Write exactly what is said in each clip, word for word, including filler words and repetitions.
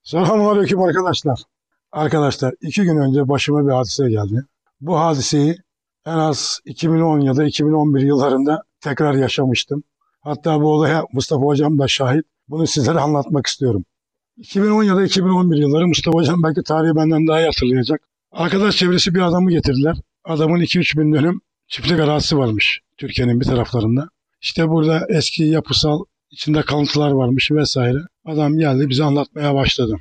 Selamünaleyküm arkadaşlar. Arkadaşlar iki gün önce başıma bir hadise geldi. Bu hadiseyi en az iki bin on ya da iki bin on bir yıllarında tekrar yaşamıştım. Hatta bu olaya Mustafa Hocam da şahit. Bunu sizlere anlatmak istiyorum. iki bin on ya da iki bin on bir yılları Mustafa Hocam belki tarihi benden daha iyi hatırlayacak. Arkadaş çevresi bir adamı getirdiler. Adamın iki üç bin dönüm çiftlik arazisi varmış Türkiye'nin bir taraflarında. İşte burada eski yapısal içinde kalıntılar varmış vesaire. Adam geldi bize anlatmaya başladı.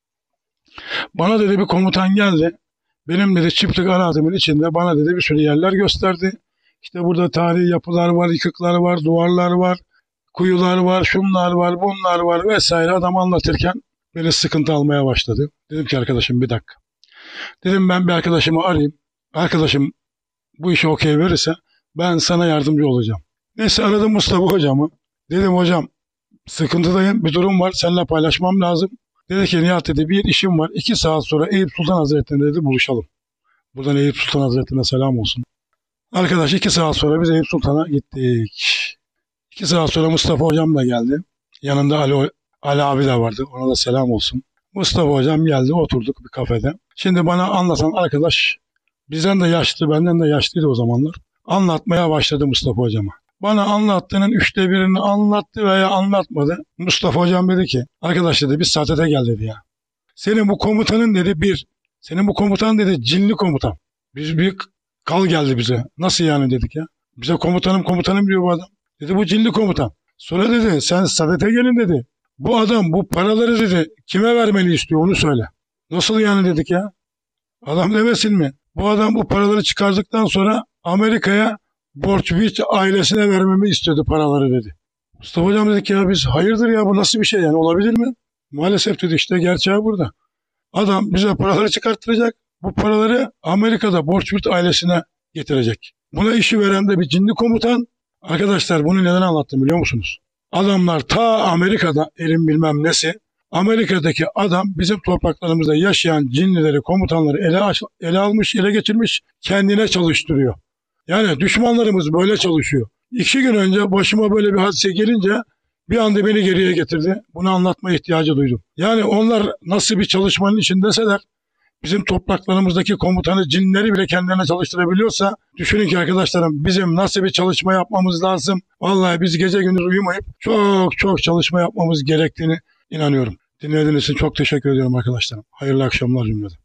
Bana dedi bir komutan geldi. Benim dedi çiftlik arazimin içinde bana dedi bir sürü yerler gösterdi. İşte burada tarihi yapılar var, yıkıklar var, duvarlar var, kuyular var, şunlar var, bunlar var vesaire. Adam anlatırken beni sıkıntı almaya başladı. Dedim ki arkadaşım bir dakika. Dedim ben bir arkadaşımı arayayım. Arkadaşım bu işi okey verirse ben sana yardımcı olacağım. Neyse aradım Mustafa hocamı. Dedim hocam sıkıntıdayım, bir durum var, seninle paylaşmam lazım. Dedi ki Nihat dedi bir işim var. iki saat sonra Eyüp Sultan Hazretleri'nde dedi buluşalım. Buradan Eyüp Sultan Hazretleri'ne selam olsun. Arkadaş iki saat sonra biz Eyüp Sultan'a gittik. iki saat sonra Mustafa hocam da geldi. Yanında Ali, Ali abi de vardı. Ona da selam olsun. Mustafa hocam geldi, oturduk bir kafede. Şimdi bana anlatan arkadaş bizden de yaşlı, benden de yaşlıydı o zamanlar. Anlatmaya başladı Mustafa hocama. Bana anlattığının üçte birini anlattı veya anlatmadı. Mustafa hocam dedi ki arkadaş dedi biz Saadet'e gel dedi ya. Senin bu komutanın dedi bir. Senin bu komutan dedi cinli komutan. Biz bir kal geldi bize. Nasıl yani dedik ya. Bize komutanım komutanım diyor bu adam. Dedi bu cinli komutan. Sonra dedi sen Saadet'e gelin dedi. Bu adam bu paraları dedi kime vermeni istiyor onu söyle. Nasıl yani dedik ya. Adam demesin mi? Bu adam bu paraları çıkardıktan sonra Amerika'ya Borçviç ailesine vermemi istiyordu paraları dedi. Mustafa hocam dedik ya biz hayırdır ya bu nasıl bir şey yani olabilir mi? Maalesef dedi işte gerçeği burada. Adam bize paraları çıkarttıracak. Bu paraları Amerika'da Borçviç ailesine getirecek. Buna işi veren de bir cinli komutan. Arkadaşlar bunu neden anlattım biliyor musunuz? Adamlar ta Amerika'da elin bilmem nesi. Amerika'daki adam bizim topraklarımızda yaşayan cinlileri, komutanları ele, ele almış, ele geçirmiş, kendine çalıştırıyor. Yani düşmanlarımız böyle çalışıyor. İki gün önce başıma böyle bir hadise gelince bir anda beni geriye getirdi. Bunu anlatma ihtiyacı duydum. Yani onlar nasıl bir çalışmanın içindeseler bizim topraklarımızdaki komutanı cinleri bile kendilerine çalıştırabiliyorsa düşünün ki arkadaşlarım bizim nasıl bir çalışma yapmamız lazım. Vallahi biz gece gündüz uyumayıp çok çok çalışma yapmamız gerektiğini inanıyorum. Dinlediğiniz için çok teşekkür ediyorum arkadaşlarım. Hayırlı akşamlar cümleten.